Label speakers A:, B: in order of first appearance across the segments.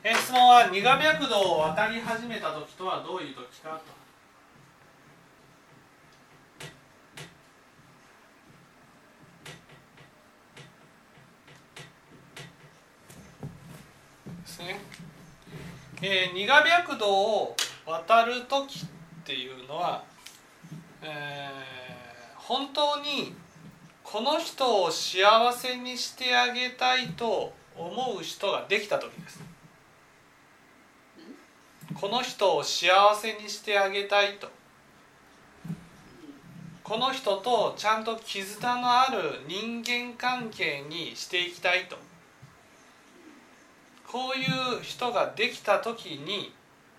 A: 質問は2が脈動を渡り始めた時とはどういう時かと。ですね。2が脈動を渡る時っていうのは、本当にこの人を幸せにしてあげたいと思う人ができた時です。この人を幸せにしてあげたいと、この人とちゃんと絆のある人間関係にしていきたいと、こういう人ができた時に、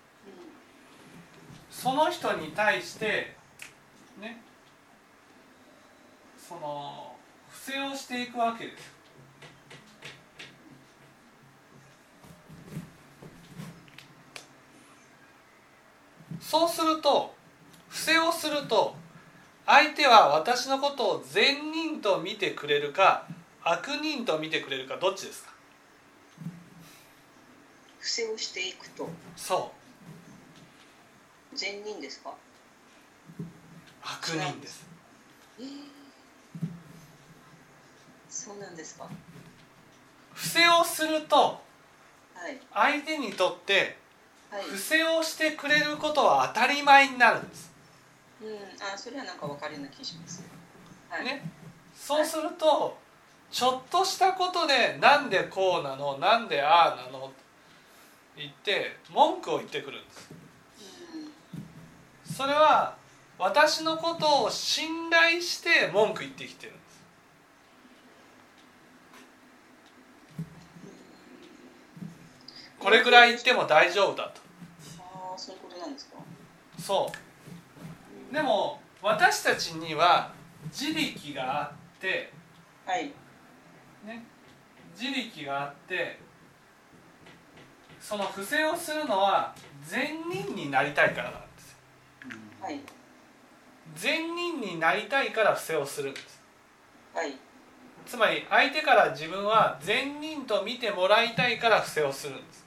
A: その人に対してね、その布施をしていくわけです。そうすると、布施をすると、相手は私のことを善人と見てくれるか悪人と見てくれるか、どっちですか？
B: 布施をしていくと。
A: そう。
B: 善人ですか？
A: 悪人です。
B: そうなんですか？
A: 布施をすると、
B: はい、
A: 相手にとって
B: はい、
A: 布施をしてくれることは当たり前になるんです。
B: それはなんか分かるような気します。はい、
A: ね、そうすると、ちょっとしたことでなんでこうなの、なんでああなのと言って文句を言ってくるんです。それは私のことを信頼して文句言ってきてるんです。これぐらい言っても大丈夫だと。
B: そういうことなんですか？
A: そう。でも私たちには自力があって、
B: はい
A: ね、自力があって、その布施をするのは善人になりたいからなんですよ。
B: はい、
A: 善人になりたいから布施をするんです。
B: はい、
A: つまり相手から自分は善人と見てもらいたいから布施をするんです。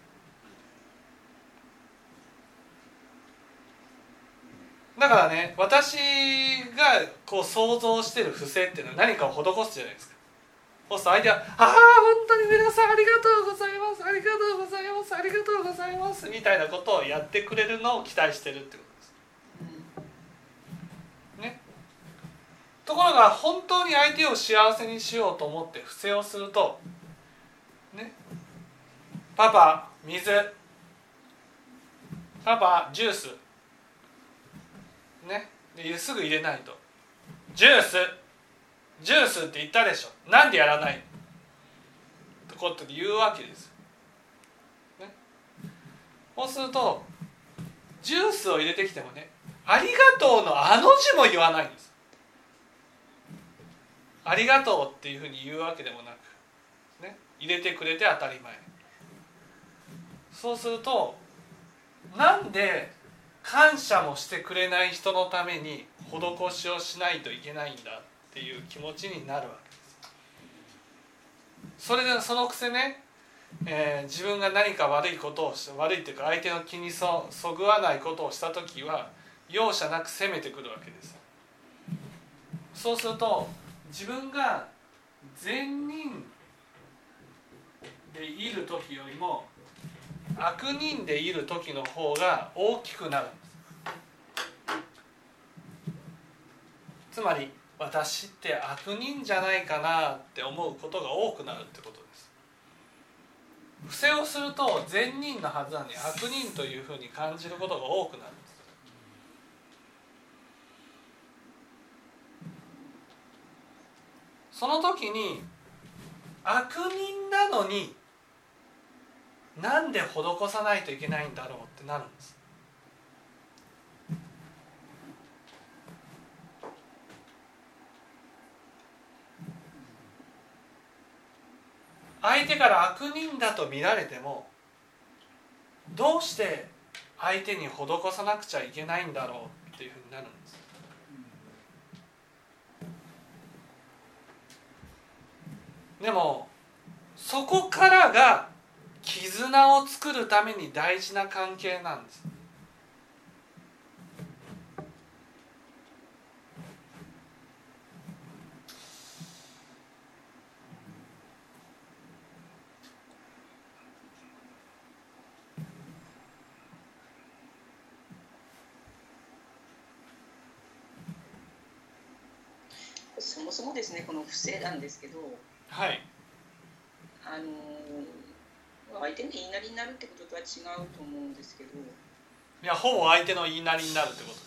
A: だからね、私がこう想像している布施っていうのは何かを施すじゃないですか。そうすると相手は「ああ本当に皆さんありがとうございます、ありがとうございます、ありがとうございます」みたいなことをやってくれるのを期待してるってことです。ね。ところが本当に相手を幸せにしようと思って布施をすると、ね、パパ水、パパジュース、ね、ですぐ入れないと、ジュースって言ったでしょ、なんでやらないってことで言うわけです、ね、そうするとジュースを入れてきてもね、ありがとうのあの字も言わないんです。ありがとうっていうふうに言うわけでもなく、ね、入れてくれて当たり前。そうすると、なんで感謝もしてくれない人のために施しをしないといけないんだっていう気持ちになるわけです。それでそのくせね、自分が何か悪いことを悪いっていうか相手の気にそぐわないことをしたときは容赦なく責めてくるわけです。そうすると自分が善人でいる時よりも悪人でいる時の方が大きくなるんです。つまり私って悪人じゃないかなって思うことが多くなるってことです。布施をすると善人のはずなのに悪人というふうに感じることが多くなるんです。その時に悪人なのになんで施さないといけないんだろうってなるんです。相手から悪人だと見られてもどうして相手に施さなくちゃいけないんだろうっていうふうになるんです。でもそこからが絆を作るために大事な関係なんです。
B: そもそもですね、この不正なんですけど、
A: はい。
B: 相手の言いなりになるってこととは違うと思うんですけど。
A: いや、ほぼ相手の言いなりになるってことです。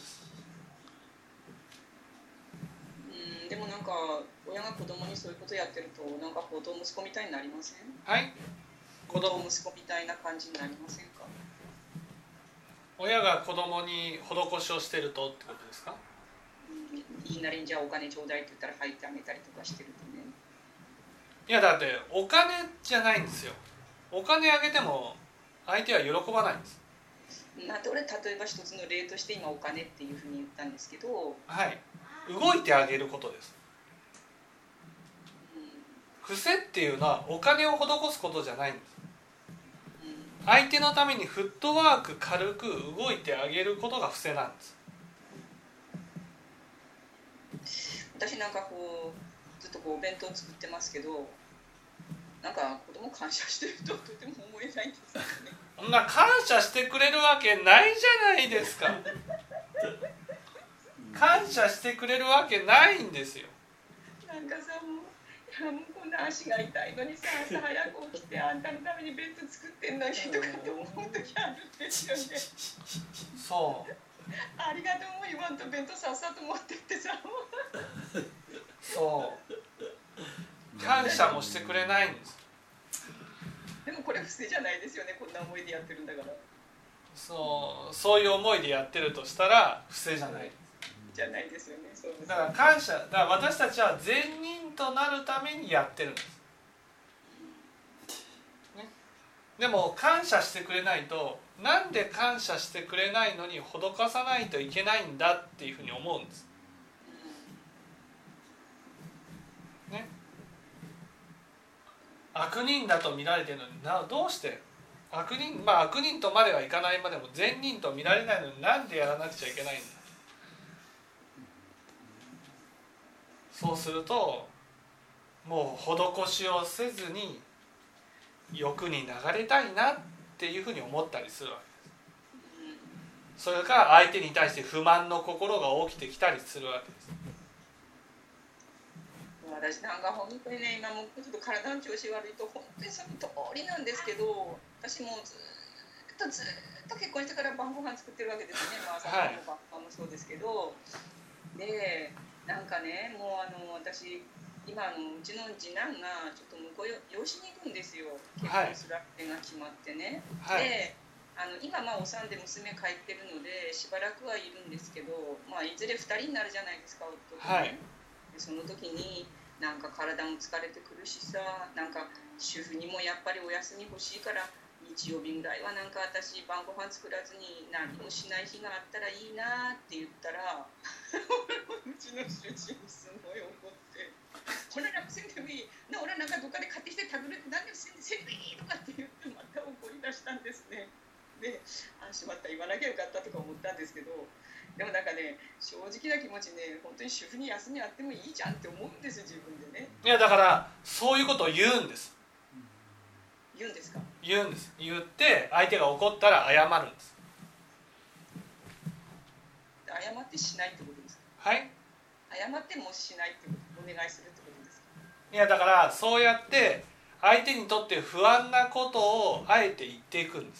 B: でもなんか親が子供にそういうことやってると、なんか子供息子みたいになりません？
A: はい。
B: 子供息子みたいな感じになりませんか？
A: 親が子供に施しをしてるとってことですか？
B: 言いなりにじゃあお金ちょうだいって言ったら入ってあげたりとかしてるとね。
A: いや、だってお金じゃないんですよ。お金あげても相手は喜ばないんです。
B: なんで俺例えば一つの例として今お金っていうふうに言ったんですけど、
A: はい。動いてあげることです。伏せっていうのはお金を施すことじゃないんです。相手のためにフットワーク軽く動いてあげることが伏せなんです。
B: 私なんかこうずっとこうお弁当作ってますけど、なんか子供感謝してるととても思えないんですよね。
A: そんな感謝してくれるわけないじゃないですか。感謝してくれるわけないんですよ。
B: なんかさ、もうこんな足が痛いのにさ、朝早く起きてあんたのために弁当作ってんのにとかって思う時あるんですよね。
A: そう。
B: ありがとうも言わんと弁当さっさと持ってってさ。
A: そう。感謝もしてくれないんです。
B: でもこれ不正じゃないですよね。こんな思いでやってるんだから。
A: そういう思いでやってるとしたら不正じゃない。
B: じゃないですよね。そうです。
A: だから感謝、だから私たちは善人となるためにやってるんです。ね、でも感謝してくれないと、なんで感謝してくれないのに施さないといけないんだっていうふうに思うんです。ね、悪人だと見られてるのにどうして悪人とまではいかないまでも善人と見られないのになんでやらなくちゃいけないんだ。そうするともう施しをせずに欲に流れたいなっていうふうに思ったりするわけです。それから相手に対して不満の心が起きてきたりするわけです。
B: 私なんか本当にね、今もちょっと体の調子悪いと本当にその通りなんですけど、私もずっと結婚してから晩ご飯作ってるわけですね。朝ごはんもそうですけど、でなんかね、もう私今うちの次男がちょっと向こう養子に行くんですよ。結婚する相手が決まってね、はい、で今お産で娘帰ってるのでしばらくはいるんですけど、いずれ2人になるじゃないですか、夫とね、はい、でその時になんか体も疲れてくるしさ、なんか主婦にもやっぱりお休み欲しいから日曜日ぐらいはなんか私晩ご飯作らずに何もしない日があったらいいなって言ったらうちの主人すごい怒って「これ楽せんでもいいな、俺なんかどっかで買ってきて食べるって何でもせんでいい」とかって言ってまた怒り出したんですね。で、しまった、言わなきゃよかったとか思ったんですけど、でもなんかね、正直な気持ちね、本当に主婦に休みあってもいいじゃんって思うんですよ、自分でね。
A: いや、だからそういうことを言うんです。
B: 言うんですか？
A: 言うんです。言って相手が怒ったら謝るんです。
B: 謝ってしないってことですか？
A: はい。
B: 謝ってもしないってこと、お願いするってことですか？
A: いや、だからそうやって相手にとって不安なことをあえて言っていくんです。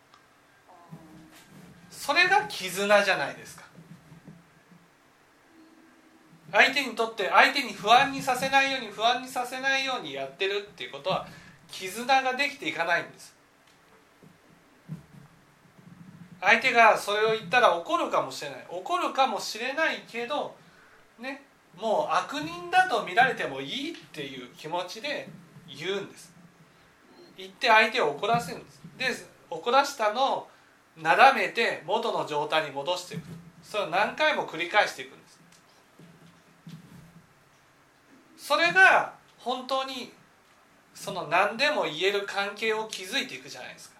A: それが絆じゃないですか。相手にとって相手に不安にさせないようにやってるっていうことは絆ができていかないんです。相手がそれを言ったら怒るかもしれないけどね、もう悪人だと見られてもいいっていう気持ちで言うんです。言って相手を怒らせるんです。で、怒らしたのをなだめて元の状態に戻していく。それを何回も繰り返していくんです。それが本当にその何でも言える関係を築いていくじゃないですか。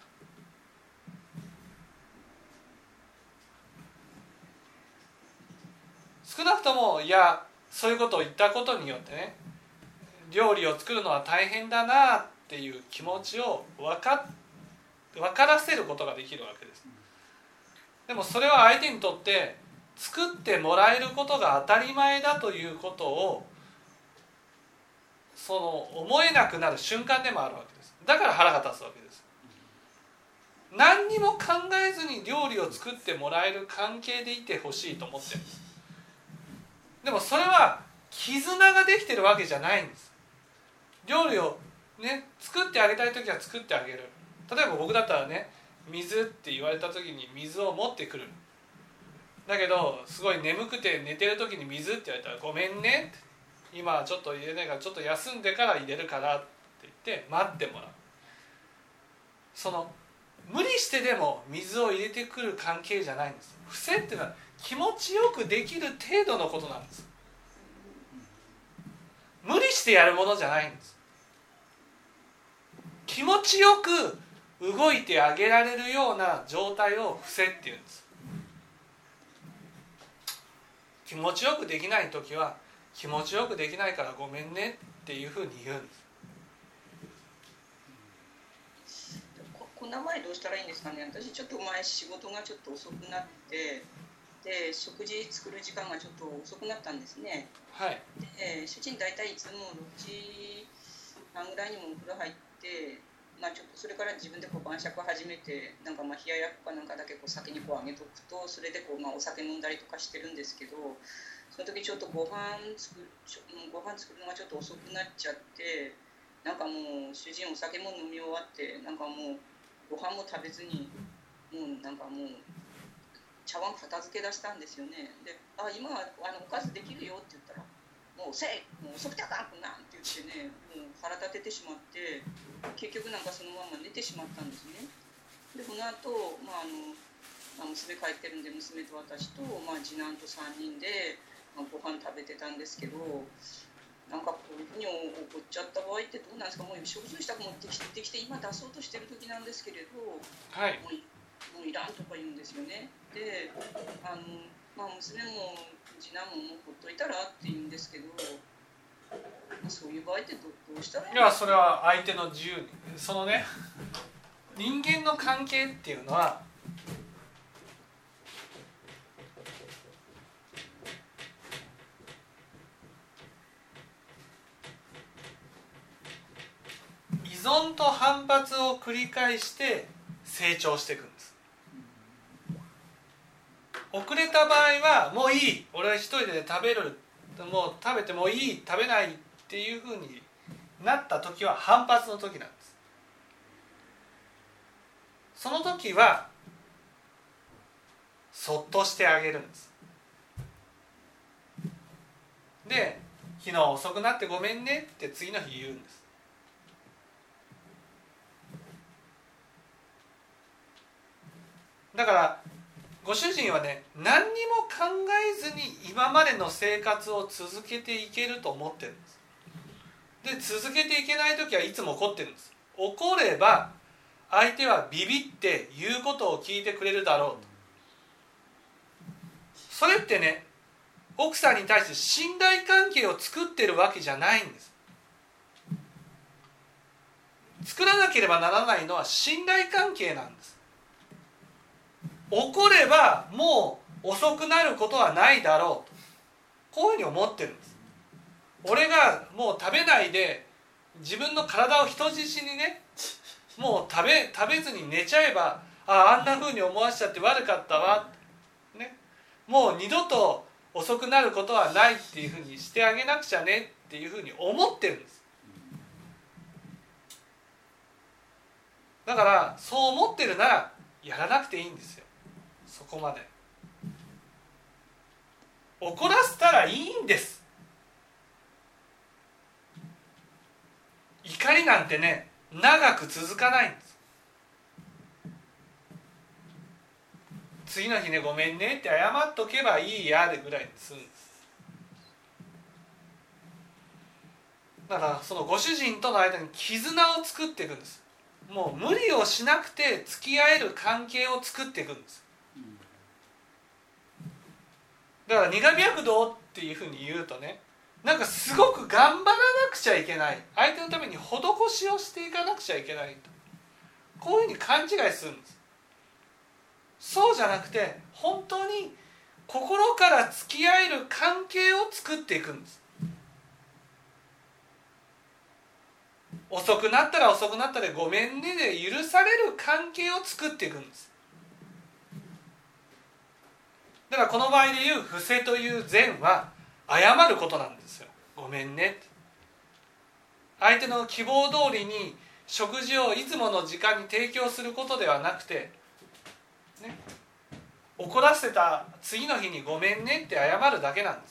A: 少なくともそういうことを言ったことによってね、料理を作るのは大変だなっていう気持ちを分からせることができるわけです。でもそれは相手にとって作ってもらえることが当たり前だということを思えなくなる瞬間でもあるわけです。だから腹が立つわけです。何にも考えずに料理を作ってもらえる関係でいてほしいと思ってるんです。でもそれは絆ができてるわけじゃないんです。料理をね、作ってあげたい時は作ってあげる。例えば僕だったらね、水って言われた時に水を持ってくる。だけどすごい眠くて寝てる時に水って言われたらごめんねって、今はちょっと入れないからちょっと休んでから入れるからって言って待ってもらう。無理してでも水を入れてくる関係じゃないんです。伏せっていうのは気持ちよくできる程度のことなんです。無理してやるものじゃないんです。気持ちよく動いてあげられるような状態を伏せっていうんです。気持ちよくできない時は気持ちよくできないからごめんねっていうふうに言うんです。
B: こんな前どうしたらいいんですかね。私ちょっと前仕事がちょっと遅くなって、で食事作る時間がちょっと遅くなったんですね。
A: はい。
B: で主人大体いつも6時半ぐらいにもお風呂入って、ちょっとそれから自分で晩酌始めて、冷ややっこかなんかだけ先にあげとくと、それでお酒飲んだりとかしてるんですけど、その時ちょっとご飯作るのがちょっと遅くなっちゃって、もう主人お酒も飲み終わって、もうご飯も食べずにもう茶碗片付け出したんですよね。で、今はおかずできるよって言ったら、もう遅くてあかんなんて言ってね、もう腹立ててしまって、結局そのまま寝てしまったんですね。でこの後、娘帰ってるんで、娘と私と、次男と3人で、ご飯食べてたんですけど、こういうふうに怒っちゃった場合ってどうなんですか。もう食事支度持ってきて今出そうとしてる時なんですけれど、
A: はい、
B: もういらんとか言うんですよね。で娘も次男もほっといたらって言うんですけど、そういう場合ってどうしたらいいんですか。
A: いや、それは相手の自由に、人間の関係っていうのは依存と反発を繰り返して成長していくんです。遅れた場合はもういい、俺は一人で食べる、もう食べてもいい、食べないっていうふうになった時は反発の時なんです。その時はそっとしてあげるんです。で、昨日遅くなってごめんねって次の日言うんです。だからご主人はね、何にも考えずに今までの生活を続けていけると思ってるんです。で、続けていけない時はいつも怒ってるんです。怒れば相手はビビって言うことを聞いてくれるだろうと。それってね、奥さんに対して信頼関係を作ってるわけじゃないんです。作らなければならないのは信頼関係なんです。怒ればもう遅くなることはないだろうと、こういうふうに思ってるんです。俺がもう食べないで自分の体を人質にね、もう食べずに寝ちゃえば、あんなふうに思わせちゃって悪かったわ、ね、もう二度と遅くなることはないっていうふうにしてあげなくちゃねっていうふうに思ってるんです。だからそう思ってるならやらなくていいんですよ。そこまで怒らせたらいいんです。怒りなんてね、長く続かないんです。次の日ね、ごめんねって謝っとけばいいやでぐらいにするんです。 だからそのご主人との間に絆を作っていくんです。もう無理をしなくて付き合える関係を作っていくんです。だから苦白道っていうふうに言うとね、なんかすごく頑張らなくちゃいけない、相手のために施しをしていかなくちゃいけないと、こういうふうに勘違いするんです。そうじゃなくて、本当に心から付き合える関係を作っていくんです。遅くなったら遅くなったでごめんねで許される関係を作っていくんです。だからこの場合でいう伏せという善は謝ることなんですよ。ごめんね、相手の希望通りに食事をいつもの時間に提供することではなくて、ね、怒らせた次の日にごめんねって謝るだけなんです。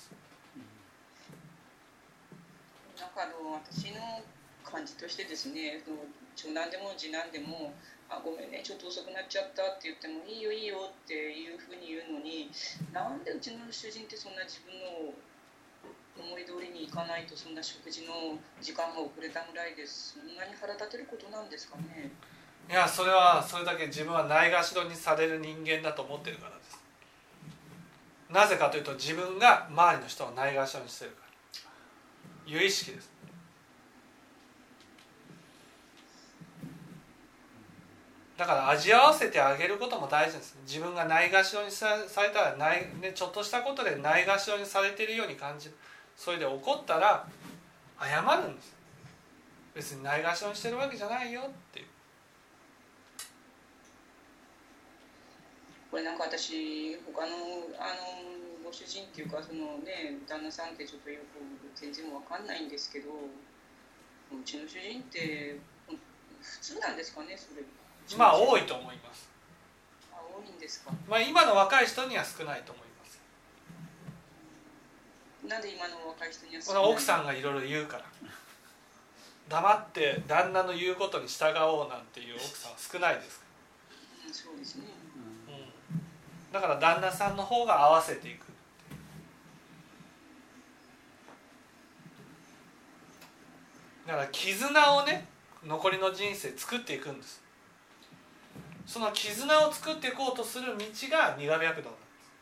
B: なんか私の感じとしてですね、長男でも次男でもごめんねちょっと遅くなっちゃったって言ってもいいよいいよっていうふうに言うのに、なんでうちの主人ってそんな自分の思い通りにいかないとそんな食事の時間が遅れたぐらいでそんなに腹立てることなんですかね。
A: いや、それはそれだけ自分はないがしろにされる人間だと思ってるからです。なぜかというと、自分が周りの人をないがしろにしてるから、有意識です。だから味合わせてあげることも大事です。自分がないがしろにされたらちょっとしたことでないがしろにされているように感じる。それで怒ったら謝るんです。別にないがしろにしてるわけじゃないよっていう。
B: これなんか私他のご主人っていうかそのね旦那さんってちょっとよく全然わかんないんですけど、うちの主人って普通なんですかね、それ。
A: まあ多いと思います。
B: 多いんですか。
A: まあ今の若い人には少ないと思います。
B: なんで今の若い人には
A: この奥さんがいろいろ言うから、黙って旦那の言うことに従おうなんていう奥さんは少ないですから。
B: そうですね。
A: だから旦那さんの方が合わせていく。だから絆をね、残りの人生作っていくんです。その絆を作っていこうとする道が苦白道なんです。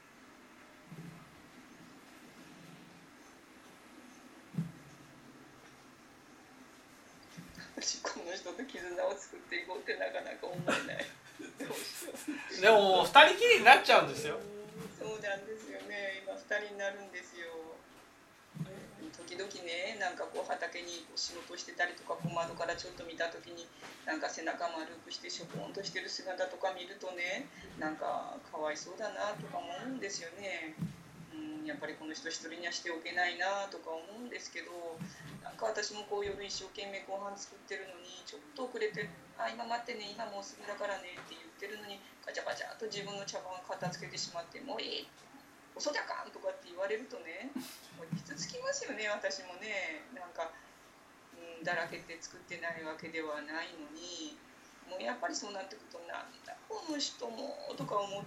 B: 私この人と絆を作っていこうってなかなか思えない。
A: でも2人きりになっちゃうんですよ。
B: そうなんですよね。今2人になるんですよ。時々ね、なんかこう畑に仕事してたりとか、窓からちょっと見た時になんか背中丸くしてしょぼんとしてる姿とか見るとね、なんかかわいそうだなとか思うんですよね。やっぱりこの人一人にはしておけないなとか思うんですけど、なんか私もこう夜一生懸命ご飯作ってるのにちょっと遅れて「今待ってね、今もうすぐだからね」って言ってるのにガチャガチャと自分の茶碗を片付けてしまって「もういい遅じゃかん」とかって言われるとね、もう傷つきますよね。私もね、なんか、だらけて作ってないわけではないのに、もうやっぱりそうなってくると、なんだこの人もとか思って、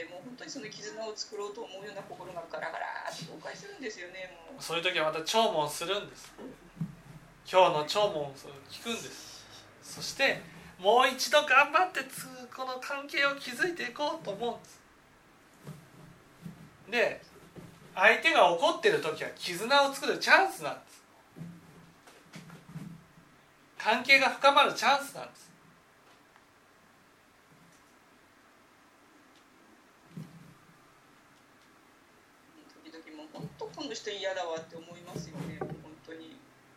B: もう本当にその絆を作ろうと思うような心がガラガラって崩壊するんですよね。もう
A: そういう時はまた聴聞するんです。今日の聴聞を聞くんです。そしてもう一度頑張ってこの関係を築いていこうと思うんです。で、相手が怒ってる時は絆を作るチャンスなんです。関係が深まるチャンスなんです。
B: 時々もう本当この人嫌だわって思いますよね。本当に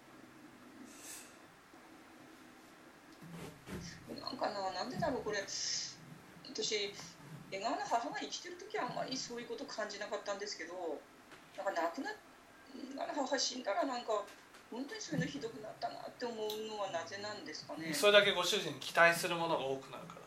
B: なんでだろうこれ。私江川の母が生きてる時はあんまりそういうこと感じなかったんですけど、なんか亡くなっ母死んだらなんか本当にそういうのひどくなったなって思うのはなぜなんですかね。
A: それだけご主人に期待するものが多くなるから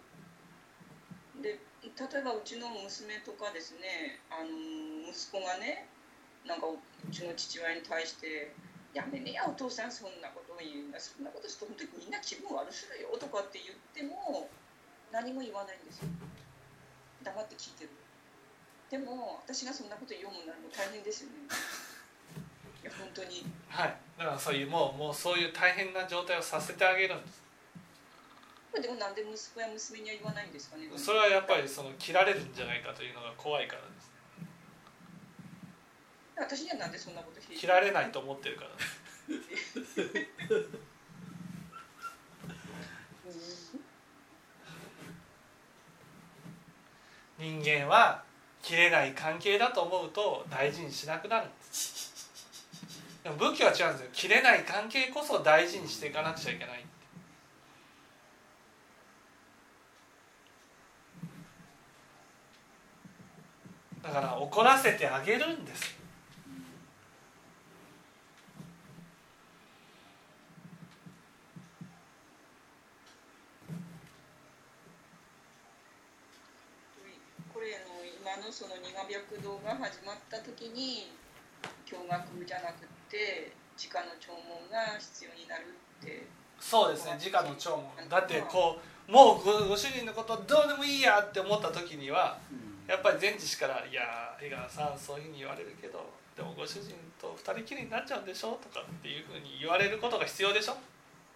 B: です。で、例えばうちの娘とかですね、息子がね、なんかうちの父親に対して「やめねやお父さんそんなことを言うな、そんなことすると本当にみんな気分悪するよ」とかって言っても何も言わないんですよ。黙って聞いてる。でも私がそんなこと言うもんならもう大変ですよね。 や本当に、
A: はい、だからそういうもうそういう大変な状態をさせてあげるんです。
B: でもなんで息子や娘には言わないんですかね。
A: それはやっぱりその切られるんじゃないかというのが怖いからです。
B: 私にはなんでそんなこと
A: 切られないと思ってるから人間は切れない関係だと思うと大事にしなくなるんです。でも仏教は違うんですよ。切れない関係こそ大事にしていかなくちゃいけない。だから怒らせてあげるんです。
B: これ今のその二河白道が始まった時に教学じゃなくて直の弔問が必要になるって。
A: そうですね、直の弔問。だってこうもうご主人のことどうでもいいやって思った時にはやっぱり前知識から「いや江川さんそういうふうに言われるけどでもご主人と二人きりになっちゃうんでしょ」とかっていうふうに言われることが必要でしょ。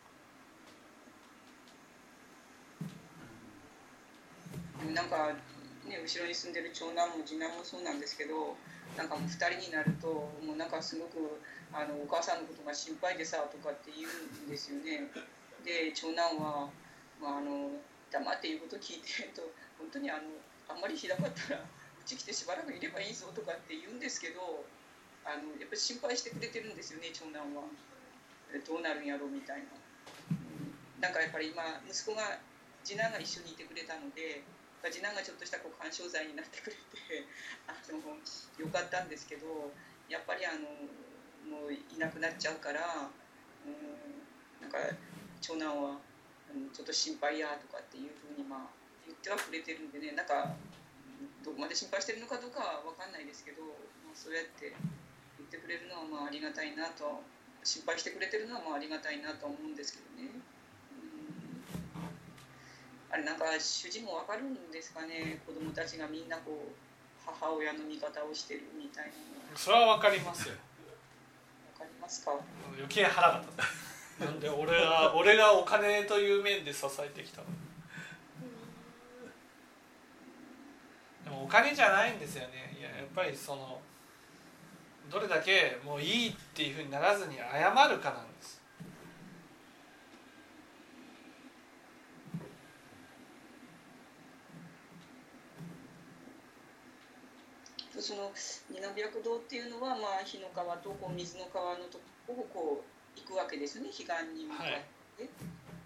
B: なんかね、後ろに住んでる長男も次男もそうなんですけど、なんかもう2人になるともうなんかすごくお母さんのことが心配でさとかって言うんですよね。で長男は、黙って言うこと聞いてると本当にあんまりひどかったらうち来てしばらくいればいいぞとかって言うんですけど、やっぱり心配してくれてるんですよね長男は。どうなるんやろうみたいな。なんかやっぱり今息子が次男が一緒にいてくれたので。次男がちょっとした干渉剤になってくれてよかったんですけど、やっぱりもういなくなっちゃうから、なんか長男はちょっと心配やとかっていうふうに言ってはくれてるんでね、なんかどこまで心配してるのかどうかは分かんないですけど、そうやって言ってくれるのはありがたいなと、心配してくれてるのはありがたいなと思うんですけどね。あれなんか主人も分かるんですかね、子供たちがみんなこう母親の味方をしてるみたいな。
A: それは分かりますよ。
B: 分かりますか。
A: 余計腹が立つなんで俺がお金という面で支えてきたの。でもお金じゃないんですよね。いや、やっぱりそのどれだけもういいっていうふうにならずに謝るかなんです。
B: その二河白道っていうのは、火の川とこう水の川のとこをこう行くわけですね、彼岸に向かって、はい、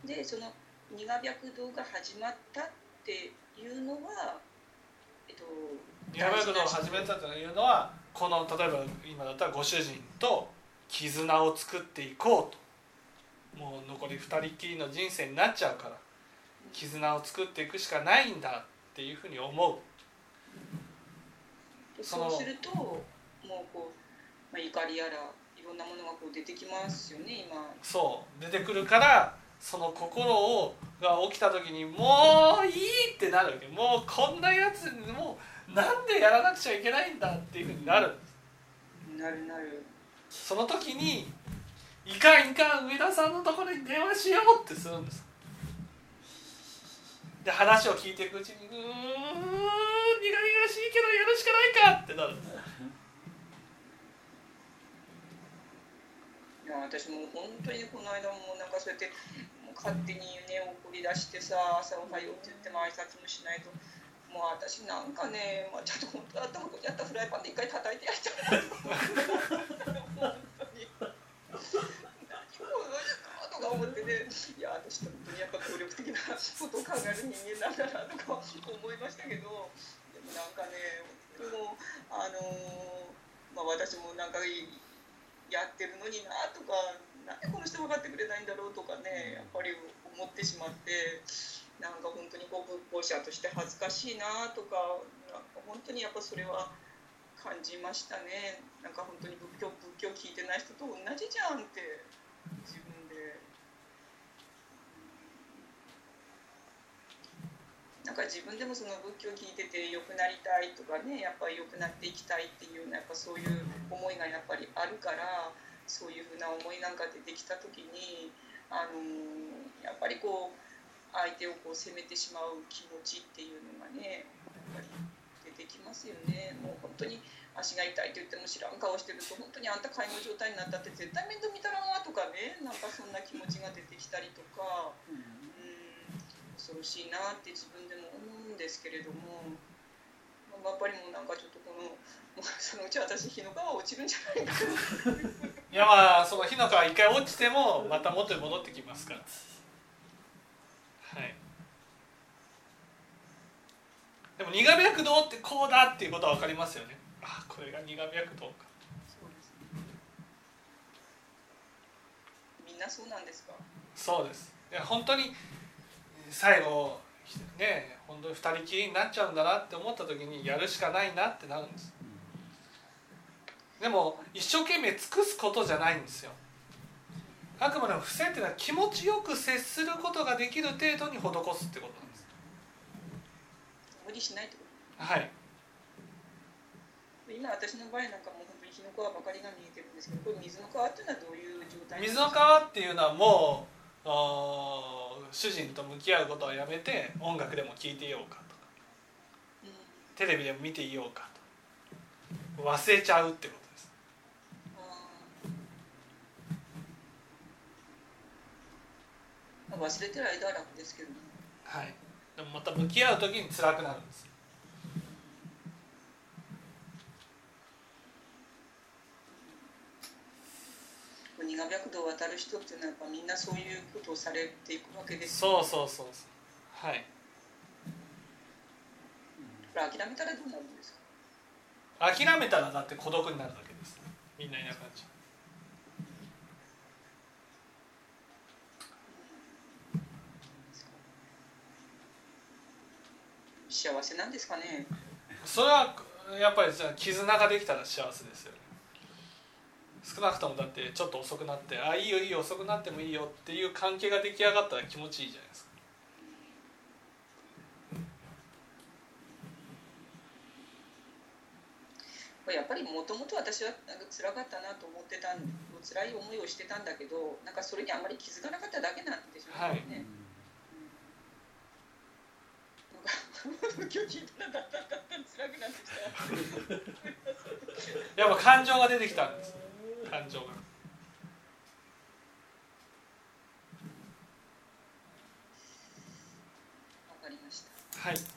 B: でその二河白道が始まったっていうのは、
A: 二河白道を始めたというのはこの例えば今だったらご主人と絆を作っていこうと、もう残り二人きりの人生になっちゃうから絆を作っていくしかないんだっていうふうに思う。
B: そうするともうこう、怒りやらいろんなものがこう出てきますよね今。
A: そう出てくるから、その心が起きた時にもういいってなるわけ。もうこんなやつにもうなんでやらなくちゃいけないんだっていうふうになる。
B: なる。
A: その時にいかん上田さんのところに電話しようってするんです。で話を聞いていくうちに苦々しいけどやるしかないかってなる。
B: いや私も本当にこの間もなんかそうやってもう勝手にね怒り出してさ、朝おはようって言っても挨拶もしないと、もう私なんかね、ちょっと本当頭こうやったフライパンで一回叩いてやっちゃう本当にとか思ってね、いや私本当にやっぱ協力的なことを考える人間なんだなとか思いましたけど、でもなんかね、でも私もなんかやってるのになとか、なんでこの人分かってくれないんだろうとかね、やっぱり思ってしまって、なんか本当にこう仏法者として恥ずかしいなとか、なんか本当にやっぱそれは感じましたね。なんか本当に仏教聞いてない人と同じじゃんって自分で。なんなんか自分でもその仏教を聞いてて良くなりたいとかね、やっぱり良くなっていきたいっていうやっぱそういう思いがやっぱりあるから、そういうふうな思いなんか出てきた時にやっぱりこう相手をこう責めてしまう気持ちっていうのがねやっぱり出てきますよね。もう本当に足が痛いと言っても知らん顔してると、本当にあんた介護状態になったって絶対面倒見たらんわとかね、なんかそんな気持ちが出てきたりとか、恐ろしいなって自分でも思うんですけれども、やっぱりもうなんかちょっともうそのうち私火の川落ちるんじゃないか
A: いやまあその火の川一回落ちてもまた元に戻ってきますから。はい。でも苦脈動ってこうだっていうことは分かりますよね。あ、これが苦脈動か。
B: そうですね。みんなそうなんですか？
A: そうです。いや本当に最後ね、本当に二人きりになっちゃうんだなって思った時にやるしかないなってなるんです。でも一生懸命尽くすことじゃないんですよ。あくまでも伏せっていうのは気持ちよく接することができる程度に施すってことなんです。
B: 無理しないってこ
A: と。はい。
B: 今私の場合なんかもう本当に火の川ばかりが見えてるんですけど、これ水の川っていうのはどういう状態ですか？
A: 水の川っていうのはもう主人と向き合うことはやめて音楽でも聴いていようかとか、テレビでも見ていようかと忘れちゃうってことです。
B: 忘れてる間は楽ですけどね。
A: はい。でもまた向き合う時に辛くなるんです。
B: 苦白道を渡る人っていうのはやっぱみんなそういうことをされていくわけです、
A: ね。そう。はい。
B: これ諦めたらどうなるんですか？
A: 諦めたらだって孤独になるだけです。みんないなくなっちゃう。
B: 幸せなんですかね。
A: それはやっぱりじゃあ絆ができたら幸せですよね。少なくともだってちょっと遅くなって「あ、いいよいいよ遅くなってもいいよ」っていう関係が出来上がったら気持ちいいじゃないですか。
B: やっぱりもともと私はなんか辛かったなと思ってた辛い思いをしてたんだけど、なんかそれにあんまり気づかなかっただけなんでしょうね。はい。今日聞いたらだんだん辛くなってきた。
A: やっぱ感情が出てきたんです。感情が。わ
B: かりました。
A: はい。